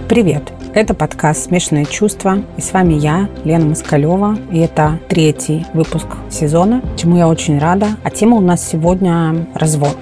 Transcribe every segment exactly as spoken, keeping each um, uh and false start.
Привет! Это подкаст «Смешанные чувства». И с вами я, Лена Москалева. И это третий выпуск сезона, чему я очень рада. А тема у нас сегодня «Развод».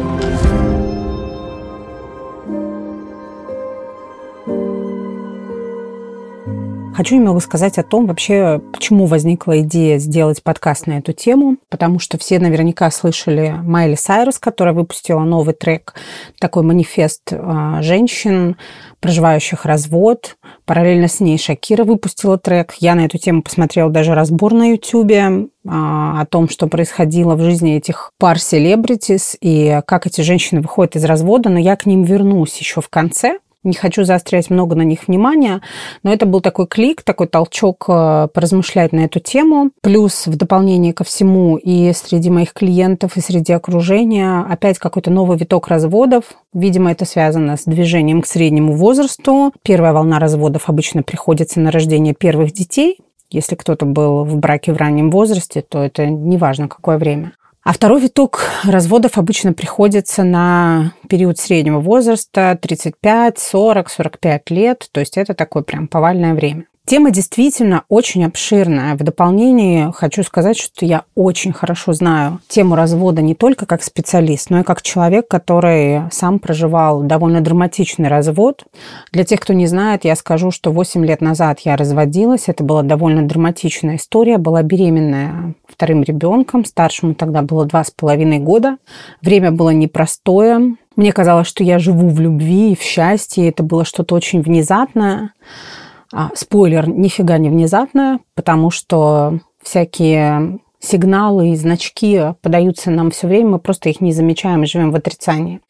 Хочу немного сказать о том, вообще, почему возникла идея сделать подкаст на эту тему, потому что все наверняка слышали Майли Сайрус, которая выпустила новый трек, такой манифест женщин, проживающих развод. Параллельно с ней Шакира выпустила трек. Я на эту тему посмотрела даже разбор на Ютубе о том, что происходило в жизни этих пар селебритис и как эти женщины выходят из развода, но я к ним вернусь еще в конце. Не хочу заострять много на них внимания, но это был такой клик, такой толчок поразмышлять на эту тему. Плюс в дополнение ко всему и среди моих клиентов, и среди окружения опять какой-то новый виток разводов. Видимо, это связано с движением к среднему возрасту. Первая волна разводов обычно приходится на рождение первых детей. Если кто-то был в браке в раннем возрасте, то это неважно, какое время. А второй виток разводов обычно приходится на период среднего возраста, тридцать пять, сорок, сорок пять лет, то есть это такое прям повальное время. Тема действительно очень обширная. В дополнение хочу сказать, что я очень хорошо знаю тему развода не только как специалист, но и как человек, который сам проживал довольно драматичный развод. Для тех, кто не знает, я скажу, что восемь лет назад я разводилась. Это была довольно драматичная история. Была беременная вторым ребенком. Старшему тогда было два с половиной года. Время было непростое. Мне казалось, что я живу в любви и в счастье. Это было что-то очень внезапное. А, спойлер, нифига не внезапное, потому что всякие сигналы и значки подаются нам все время, мы просто их не замечаем и живем в отрицании.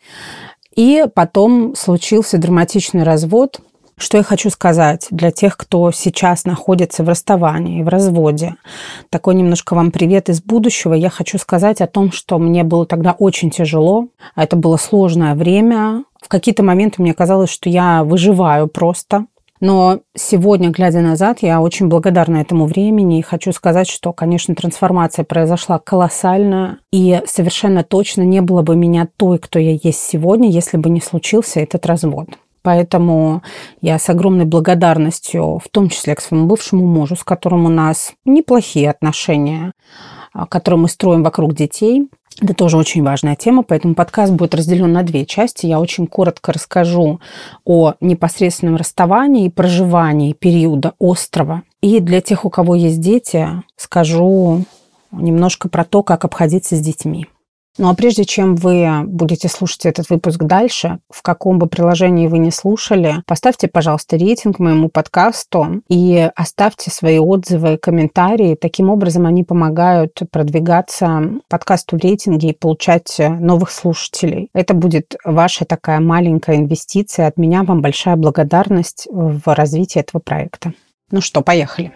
И потом случился драматичный развод. Что я хочу сказать для тех, кто сейчас находится в расставании, в разводе. Такой немножко вам привет из будущего. Я хочу сказать о том, что мне было тогда очень тяжело. Это было сложное время. В какие-то моменты мне казалось, что я выживаю просто. Но сегодня, глядя назад, я очень благодарна этому времени и хочу сказать, что, конечно, трансформация произошла колоссальная, и совершенно точно не было бы меня той, кто я есть сегодня, если бы не случился этот развод. Поэтому я с огромной благодарностью, в том числе к своему бывшему мужу, с которым у нас неплохие отношения, которые мы строим вокруг детей. Это тоже очень важная тема, поэтому подкаст будет разделен на две части. Я очень коротко расскажу о непосредственном расставании и проживании периода острова. И для тех, у кого есть дети, скажу немножко про то, как обходиться с детьми. Ну а прежде чем вы будете слушать этот выпуск дальше, в каком бы приложении вы ни слушали, поставьте, пожалуйста, рейтинг моему подкасту и оставьте свои отзывы, комментарии. Таким образом, они помогают продвигаться подкасту в рейтинге и получать новых слушателей. Это будет ваша такая маленькая инвестиция. От меня вам большая благодарность в развитии этого проекта. Ну что, поехали.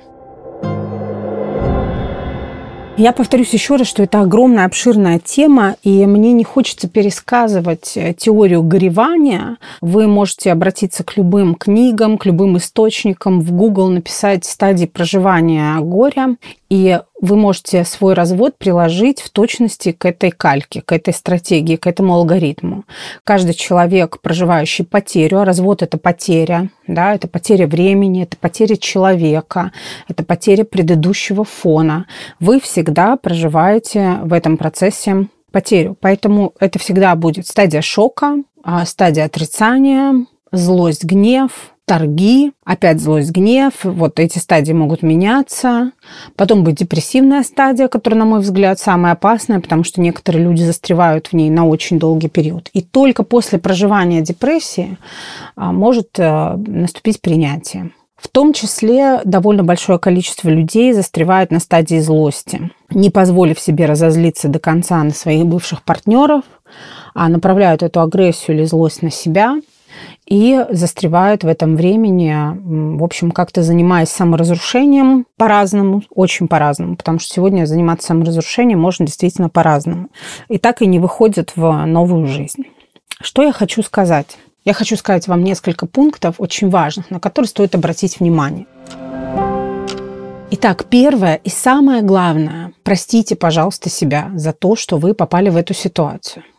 Я повторюсь еще раз, что это огромная, обширная тема, и мне не хочется пересказывать теорию горевания. Вы можете обратиться к любым книгам, к любым источникам, в Google написать стадии проживания горя, и вы можете свой развод приложить в точности к этой кальке, к этой стратегии, к этому алгоритму. Каждый человек, проживающий потерю, а развод – это потеря, да, это потеря времени, это потеря человека, это потеря предыдущего фона. Вы всегда проживаете в этом процессе потерю. Поэтому это всегда будет стадия шока, стадия отрицания, злость, гнев, торги, опять злость, гнев. Вот эти стадии могут меняться. Потом будет депрессивная стадия, которая, на мой взгляд, самая опасная, потому что некоторые люди застревают в ней на очень долгий период. И только после проживания депрессии может наступить принятие. В том числе довольно большое количество людей застревает на стадии злости, не позволив себе разозлиться до конца на своих бывших партнеров, а направляют эту агрессию или злость на себя и застревают в этом времени, в общем, как-то занимаясь саморазрушением по-разному, очень по-разному, потому что сегодня заниматься саморазрушением можно действительно по-разному. И так и не выходят в новую жизнь. Что я хочу сказать? Я хочу сказать вам несколько пунктов очень важных, на которые стоит обратить внимание. Итак, первое и самое главное. Простите, пожалуйста, себя за то, что вы попали в эту ситуацию.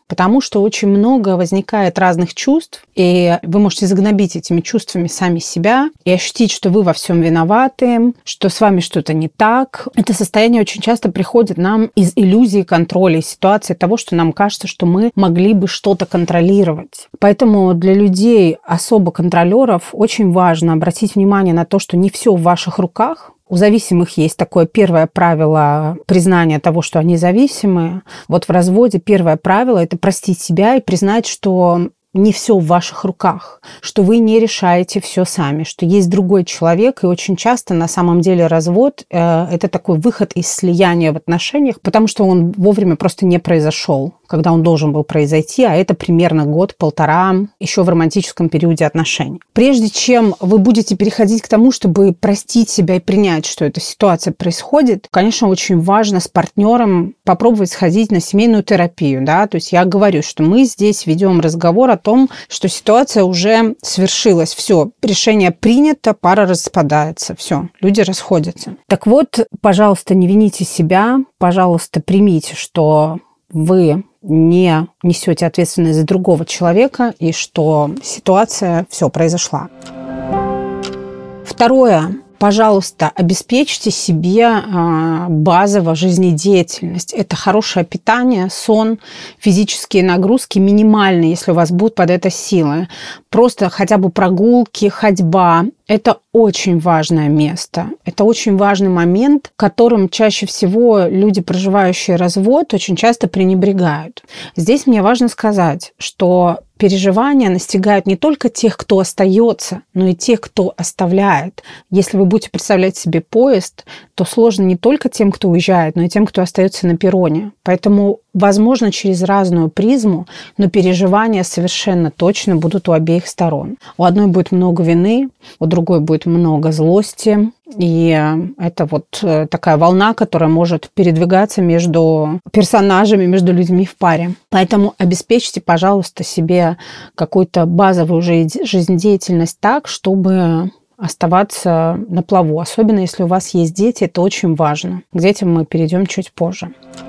Потому что очень много возникает разных чувств, и вы можете загнобить этими чувствами сами себя и ощутить, что вы во всем виноваты, что с вами что-то не так. Это состояние очень часто приходит нам из иллюзии контроля, из ситуации того, что нам кажется, что мы могли бы что-то контролировать. Поэтому для людей, особо контролеров, очень важно обратить внимание на то, что не все в ваших руках. У зависимых есть такое первое правило признания того, что они зависимые. Вот в разводе первое правило – это простить себя и признать, что не все в ваших руках, что вы не решаете все сами, что есть другой человек, и очень часто на самом деле развод э, – это такой выход из слияния в отношениях, потому что он вовремя просто не произошел, когда он должен был произойти, а это примерно год-полтора еще в романтическом периоде отношений. Прежде чем вы будете переходить к тому, чтобы простить себя и принять, что эта ситуация происходит, конечно, очень важно с партнером попробовать сходить на семейную терапию. Да? То есть я говорю, что мы здесь ведем разговор о том, что ситуация уже свершилась. Все, решение принято, пара распадается. Все, люди расходятся. Так вот, пожалуйста, не вините себя, пожалуйста, примите, что вы не несете ответственность за другого человека и что ситуация все произошла. Второе. Пожалуйста, обеспечьте себе базово жизнедеятельность. Это хорошее питание, сон, физические нагрузки минимальные, если у вас будут под это силы. Просто хотя бы прогулки, ходьба. Это очень важное место. Это очень важный момент, которым чаще всего люди, проживающие развод, очень часто пренебрегают. Здесь мне важно сказать, что переживания настигают не только тех, кто остается, но и тех, кто оставляет. Если вы будете представлять себе поезд, то сложно не только тем, кто уезжает, но и тем, кто остается на перроне. Поэтому, возможно, через разную призму, но переживания совершенно точно будут у обеих сторон. У одной будет много вины, у другой будет много злости. И это вот такая волна, которая может передвигаться между персонажами, между людьми в паре. Поэтому обеспечьте, пожалуйста, себе какую-то базовую жизнедеятельность так, чтобы оставаться на плаву. Особенно, если у вас есть дети, это очень важно. К детям мы перейдем чуть позже.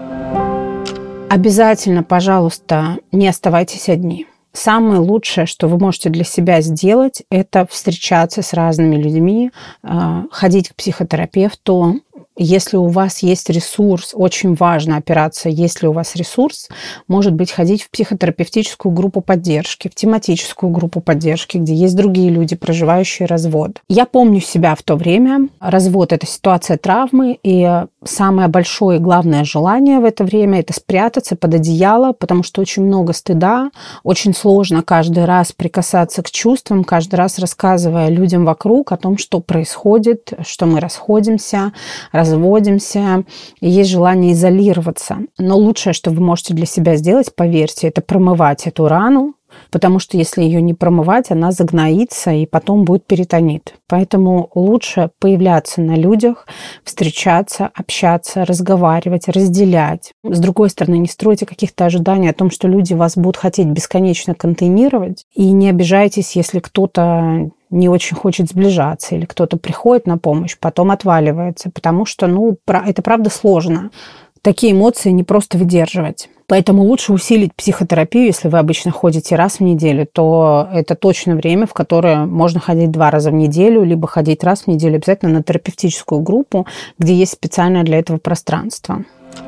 Обязательно, пожалуйста, не оставайтесь одни. Самое лучшее, что вы можете для себя сделать, это встречаться с разными людьми, ходить к психотерапевту. Если у вас есть ресурс, очень важно опираться, если у вас ресурс, может быть, ходить в психотерапевтическую группу поддержки, в тематическую группу поддержки, где есть другие люди, проживающие развод. Я помню себя в то время. Развод – это ситуация травмы, и самое большое и главное желание в это время – это спрятаться под одеяло, потому что очень много стыда, очень сложно каждый раз прикасаться к чувствам, каждый раз рассказывая людям вокруг о том, что происходит, что мы расходимся, разводимся, и есть желание изолироваться. Но лучшее, что вы можете для себя сделать, поверьте, это промывать эту рану, потому что если ее не промывать, она загноится и потом будет перитонит. Поэтому лучше появляться на людях, встречаться, общаться, разговаривать, разделять. С другой стороны, не стройте каких-то ожиданий о том, что люди вас будут хотеть бесконечно контейнировать, и не обижайтесь, если кто-то не очень хочет сближаться, или кто-то приходит на помощь, потом отваливается, потому что, ну, это правда сложно. Такие эмоции не просто выдерживать. Поэтому лучше усилить психотерапию. Если вы обычно ходите раз в неделю, то это точно время, в которое можно ходить два раза в неделю, либо ходить раз в неделю обязательно на терапевтическую группу, где есть специальное для этого пространство.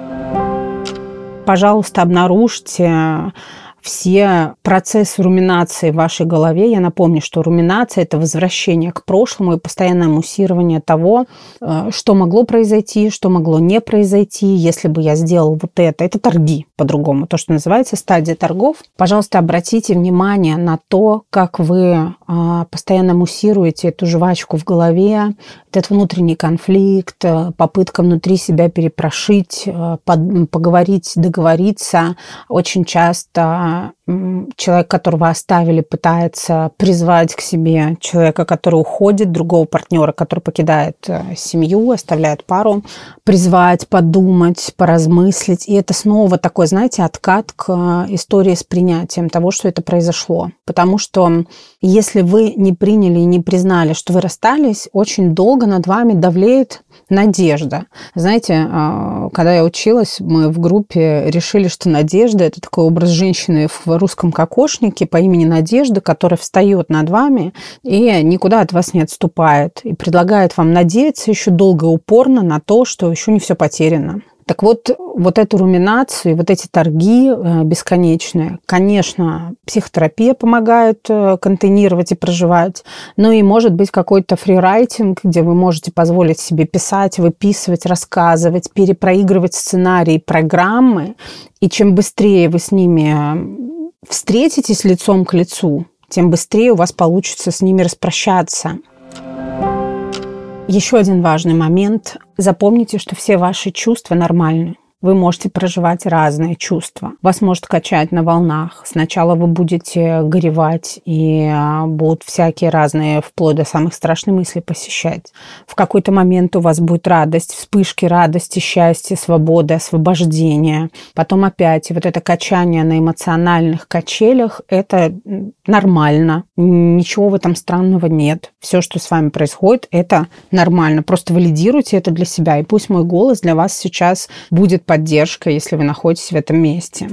Пожалуйста, обнаружьте все процессы руминации в вашей голове. Я напомню, что руминация – это возвращение к прошлому и постоянное муссирование того, что могло произойти, что могло не произойти, если бы я сделал вот это. Это торги по-другому, то, что называется стадия торгов. Пожалуйста, обратите внимание на то, как вы постоянно муссируете эту жвачку в голове, этот внутренний конфликт, попытка внутри себя перепрошить, поговорить, договориться. Очень часто когда человек, которого оставили, пытается призвать к себе человека, который уходит, другого партнера, который покидает семью, оставляет пару, призвать, подумать, поразмыслить. И это снова такой, знаете, откат к истории с принятием того, что это произошло. Потому что если вы не приняли и не признали, что вы расстались, очень долго над вами давлеет надежда. Знаете, когда я училась, мы в группе решили, что надежда – это такой образ женщины в русском кокошнике по имени Надежда, которая встает над вами и никуда от вас не отступает, и предлагает вам надеяться еще долго и упорно на то, что еще не все потеряно. Так вот, вот эту руминацию, вот эти торги бесконечные, конечно, психотерапия помогает контейнировать и проживать, но и может быть какой-то фрирайтинг, где вы можете позволить себе писать, выписывать, рассказывать, перепроигрывать сценарии, программы, и чем быстрее вы с ними встретитесь лицом к лицу, тем быстрее у вас получится с ними распрощаться. Еще один важный момент. Запомните, что все ваши чувства нормальны. Вы можете проживать разные чувства. Вас может качать на волнах. Сначала вы будете горевать, и будут всякие разные, вплоть до самых страшных мыслей посещать. В какой-то момент у вас будет радость, вспышки радости, счастья, свободы, освобождения. Потом опять. И вот это качание на эмоциональных качелях – это нормально. Ничего в этом странного нет. Все, что с вами происходит, это нормально. Просто валидируйте это для себя. И пусть мой голос для вас сейчас будет поддержка, если вы находитесь в этом месте.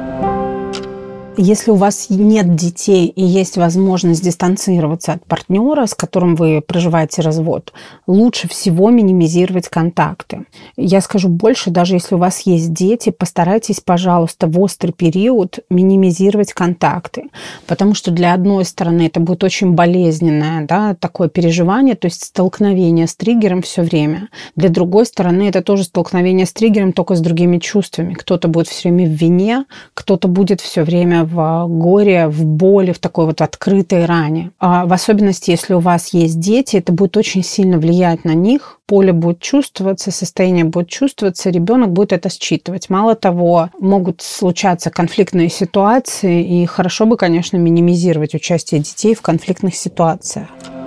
Если у вас нет детей и есть возможность дистанцироваться от партнера, с которым вы проживаете развод, лучше всего минимизировать контакты. Я скажу больше, даже если у вас есть дети, постарайтесь, пожалуйста, в острый период минимизировать контакты, потому что для одной стороны это будет очень болезненное, да, такое переживание, то есть столкновение с триггером все время. Для другой стороны это тоже столкновение с триггером, только с другими чувствами. Кто-то будет все время в вине, кто-то будет все время в горе, в боли, в такой вот открытой ране. А в особенности, если у вас есть дети, это будет очень сильно влиять на них. Поле будет чувствоваться, состояние будет чувствоваться, ребенок будет это считывать. Мало того, могут случаться конфликтные ситуации, и хорошо бы, конечно, минимизировать участие детей в конфликтных ситуациях.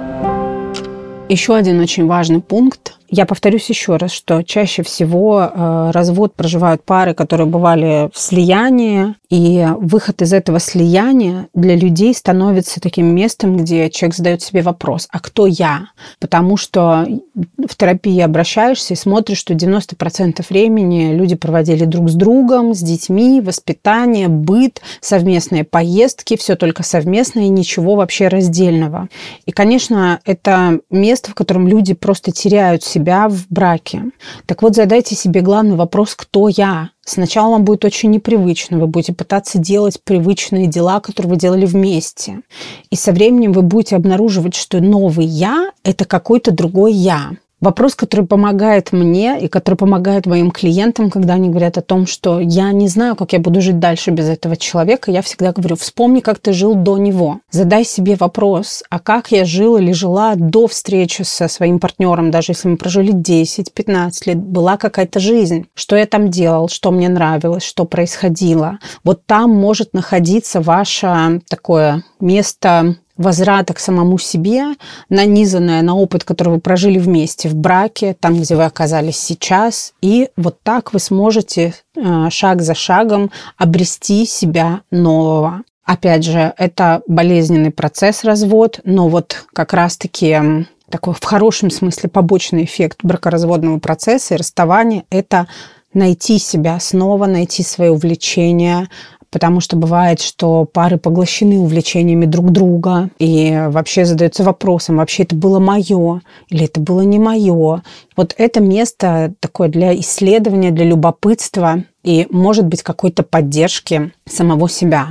Еще один очень важный пункт. Я повторюсь еще раз, что чаще всего э, развод проживают пары, которые бывали в слиянии, и выход из этого слияния для людей становится таким местом, где человек задает себе вопрос: а кто я? Потому что в терапии обращаешься и смотришь, что девяносто процентов времени люди проводили друг с другом, с детьми, воспитание, быт, совместные поездки, все только совместное и ничего вообще раздельного. И, конечно, это место, в котором люди просто теряют себя в браке. Так вот, задайте себе главный вопрос: кто я? Сначала вам будет очень непривычно, вы будете пытаться делать привычные дела, которые вы делали вместе. И со временем вы будете обнаруживать, что новый я – это какой-то другой я. Вопрос, который помогает мне и который помогает моим клиентам, когда они говорят о том, что я не знаю, как я буду жить дальше без этого человека, я всегда говорю: вспомни, как ты жил до него. Задай себе вопрос: а как я жил или жила до встречи со своим партнером, даже если мы прожили десять-пятнадцать лет, была какая-то жизнь. Что я там делал, что мне нравилось, что происходило. Вот там может находиться ваше такое место возврата к самому себе, нанизанное на опыт, который вы прожили вместе в браке, там, где вы оказались сейчас. И вот так вы сможете шаг за шагом обрести себя нового. Опять же, это болезненный процесс, развод, но вот как раз-таки такой в хорошем смысле побочный эффект бракоразводного процесса и расставания – это найти себя снова, найти свое увлечение. Потому что бывает, что пары поглощены увлечениями друг друга и вообще задаются вопросом: вообще это было мое или это было не мое. Вот это место такое для исследования, для любопытства и, может быть, какой-то поддержки самого себя.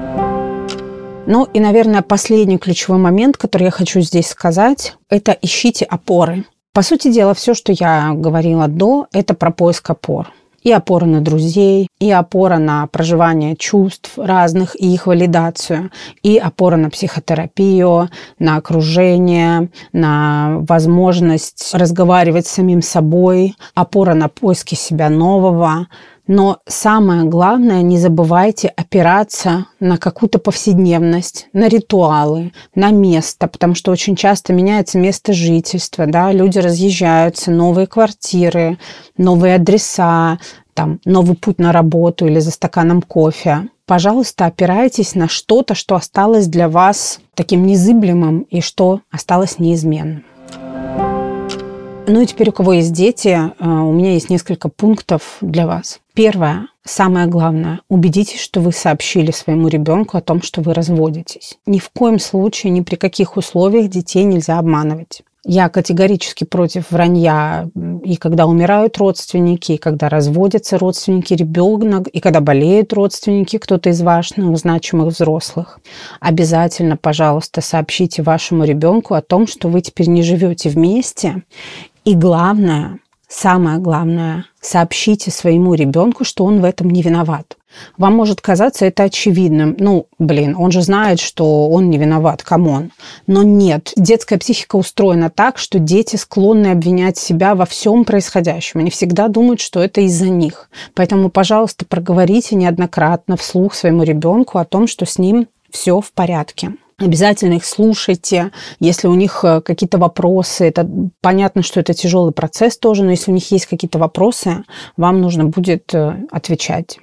Ну и, наверное, последний ключевой момент, который я хочу здесь сказать, это ищите опоры. По сути дела, все, что я говорила до, это про поиск опор. И опора на друзей, и опора на проживание чувств разных и их валидацию, и опора на психотерапию, на окружение, на возможность разговаривать с самим собой, опора на поиски себя нового, Но самое главное, не забывайте опираться на какую-то повседневность, на ритуалы, на место, потому что очень часто меняется место жительства, да, люди разъезжаются, новые квартиры, новые адреса, там, новый путь на работу или за стаканом кофе. Пожалуйста, опирайтесь на что-то, что осталось для вас таким незыблемым и что осталось неизменным. Ну и теперь, у кого есть дети, у меня есть несколько пунктов для вас. Первое, самое главное, убедитесь, что вы сообщили своему ребенку о том, что вы разводитесь. Ни в коем случае, ни при каких условиях детей нельзя обманывать. Я категорически против вранья, и когда умирают родственники, и когда разводятся родственники, ребенок, и когда болеют родственники, кто-то из ваших значимых взрослых. Обязательно, пожалуйста, сообщите вашему ребенку о том, что вы теперь не живете вместе. И главное, самое главное, сообщите своему ребенку, что он в этом не виноват. Вам может казаться это очевидным. Ну, блин, он же знает, что он не виноват, камон. Но нет, детская психика устроена так, что дети склонны обвинять себя во всем происходящем. Они всегда думают, что это из-за них. Поэтому, пожалуйста, проговорите неоднократно вслух своему ребенку о том, что с ним все в порядке. Обязательно их слушайте, если у них какие-то вопросы. Это понятно, что это тяжелый процесс тоже, но если у них есть какие-то вопросы, вам нужно будет отвечать.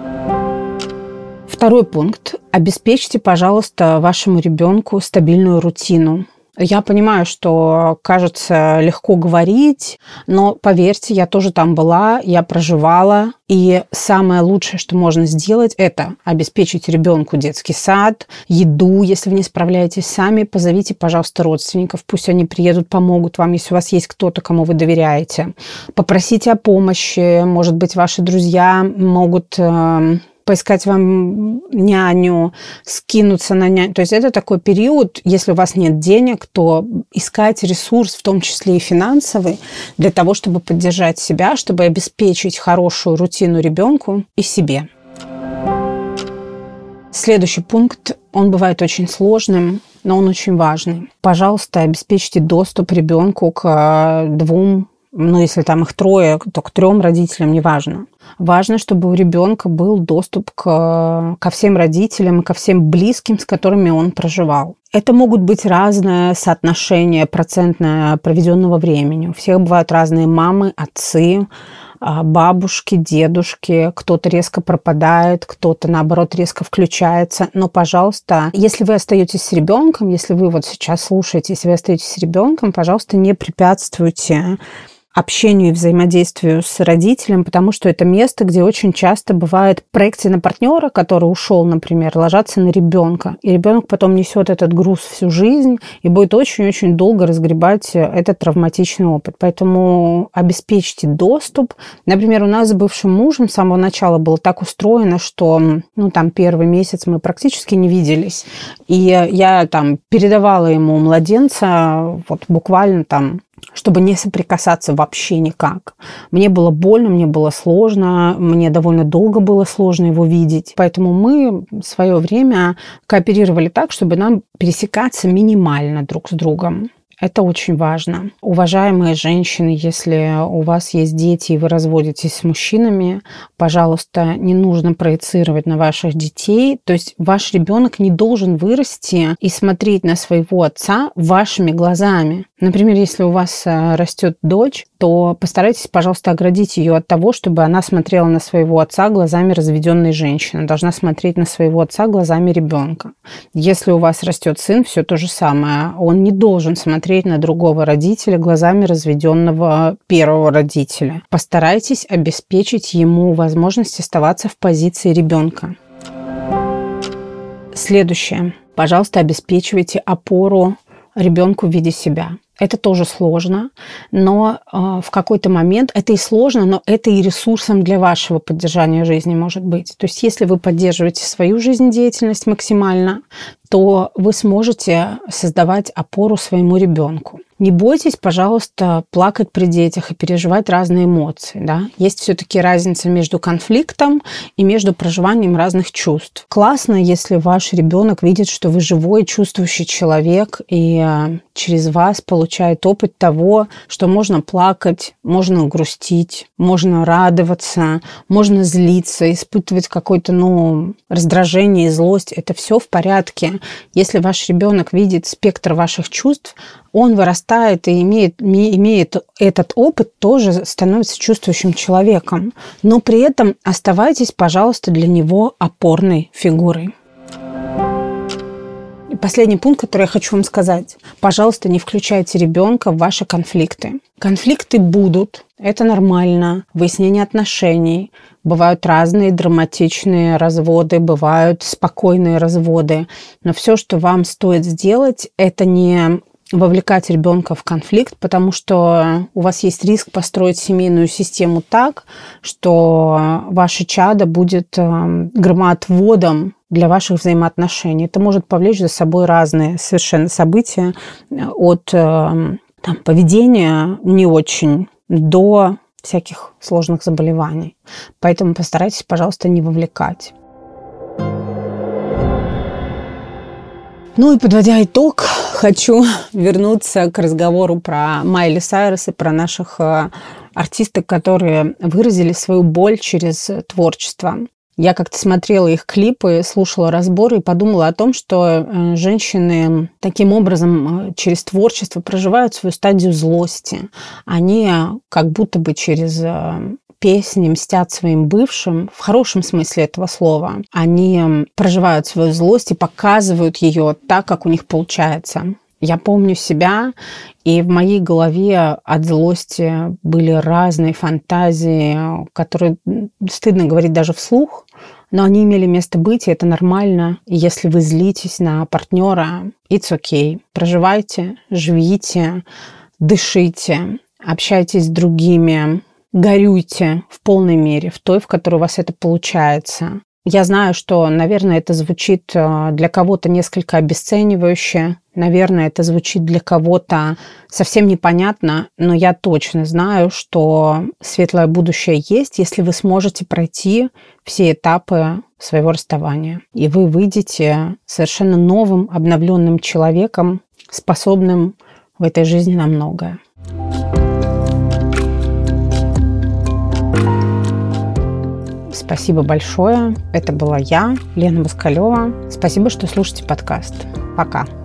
Второй пункт. Обеспечьте, пожалуйста, вашему ребенку стабильную рутину. Я понимаю, что кажется легко говорить, но поверьте, я тоже там была, я проживала. И самое лучшее, что можно сделать, это обеспечить ребенку детский сад, еду. Если вы не справляетесь сами, позовите, пожалуйста, родственников. Пусть они приедут, помогут вам, если у вас есть кто-то, кому вы доверяете. Попросите о помощи. Может быть, ваши друзья могут поискать вам няню, скинуться на няню. То есть это такой период, если у вас нет денег, то искать ресурс, в том числе и финансовый, для того, чтобы поддержать себя, чтобы обеспечить хорошую рутину ребенку и себе. Следующий пункт, он бывает очень сложным, но он очень важный. Пожалуйста, обеспечьте доступ ребенку к двум, ну, если там их трое, то к трем родителям, неважно. Важно, чтобы у ребенка был доступ к, ко всем родителям и ко всем близким, с которыми он проживал. Это могут быть разные соотношения процентное проведенного времени. У всех бывают разные мамы, отцы, бабушки, дедушки. Кто-то резко пропадает, кто-то, наоборот, резко включается. Но, пожалуйста, если вы остаетесь с ребенком, если вы вот сейчас слушаете, если вы остаетесь с ребенком, пожалуйста, не препятствуйте общению и взаимодействию с родителем, потому что это место, где очень часто бывает проекция на партнера, который ушел, например, ложатся на ребенка. И ребенок потом несет этот груз всю жизнь и будет очень-очень долго разгребать этот травматичный опыт. Поэтому обеспечьте доступ. Например, у нас с бывшим мужем с самого начала было так устроено, что ну, там, первый месяц мы практически не виделись. И я там передавала ему младенца вот буквально там, чтобы не соприкасаться вообще никак. Мне было больно, мне было сложно, мне довольно долго было сложно его видеть. Поэтому мы в свое время кооперировали так, чтобы нам пересекаться минимально друг с другом. Это очень важно. Уважаемые женщины, если у вас есть дети и вы разводитесь с мужчинами, пожалуйста, не нужно проецировать на ваших детей. То есть ваш ребенок не должен вырасти и смотреть на своего отца вашими глазами. Например, если у вас растет дочь, то постарайтесь, пожалуйста, оградить ее от того, чтобы она смотрела на своего отца глазами разведенной женщины. Должна смотреть на своего отца глазами ребенка. Если у вас растет сын, все то же самое. Он не должен смотреть на другого родителя глазами разведенного первого родителя. Постарайтесь обеспечить ему возможность оставаться в позиции ребенка. Следующее. Пожалуйста, обеспечивайте опору ребенку в виде себя. Это тоже сложно, но э, в какой-то момент это и сложно, но это и ресурсом для вашего поддержания жизни может быть. То есть если вы поддерживаете свою жизнедеятельность максимально, то вы сможете создавать опору своему ребенку. Не бойтесь, пожалуйста, плакать при детях и переживать разные эмоции. Да? Есть все-таки разница между конфликтом и между проживанием разных чувств. Классно, если ваш ребенок видит, что вы живой, чувствующий человек, и через вас получает опыт того, что можно плакать, можно грустить, можно радоваться, можно злиться, испытывать какое-то ну, раздражение и злость. Это все в порядке. Если ваш ребенок видит спектр ваших чувств, он вырастает и имеет, имеет этот опыт, тоже становится чувствующим человеком. Но при этом оставайтесь, пожалуйста, для него опорной фигурой. И последний пункт, который я хочу вам сказать. Пожалуйста, не включайте ребенка в ваши конфликты. Конфликты будут, это нормально. Выяснение отношений. Бывают разные драматичные разводы, бывают спокойные разводы. Но все, что вам стоит сделать, это не вовлекать ребенка в конфликт, потому что у вас есть риск построить семейную систему так, что ваше чадо будет громоотводом для ваших взаимоотношений. Это может повлечь за собой разные совершенно события, от там, поведения не очень до всяких сложных заболеваний. Поэтому постарайтесь, пожалуйста, не вовлекать. Ну и подводя итог, хочу вернуться к разговору про Майли Сайрус и про наших артисток, которые выразили свою боль через творчество. Я как-то смотрела их клипы, слушала разборы и подумала о том, что женщины таким образом через творчество проживают свою стадию злости. Они как будто бы через песни мстят своим бывшим, в хорошем смысле этого слова. Они проживают свою злость и показывают ее так, как у них получается. Я помню себя, и в моей голове от злости были разные фантазии, которые стыдно говорить даже вслух, но они имели место быть, и это нормально. И если вы злитесь на партнера, it's okay. Проживайте, живите, дышите, общайтесь с другими, горюйте в полной мере, в той, в которой у вас это получается. Я знаю, что, наверное, это звучит для кого-то несколько обесценивающе, наверное, это звучит для кого-то совсем непонятно, но я точно знаю, что светлое будущее есть, если вы сможете пройти все этапы своего расставания. И вы выйдете совершенно новым, обновленным человеком, способным в этой жизни на многое. Спасибо большое. Это была я, Лена Москалева. Спасибо, что слушаете подкаст. Пока.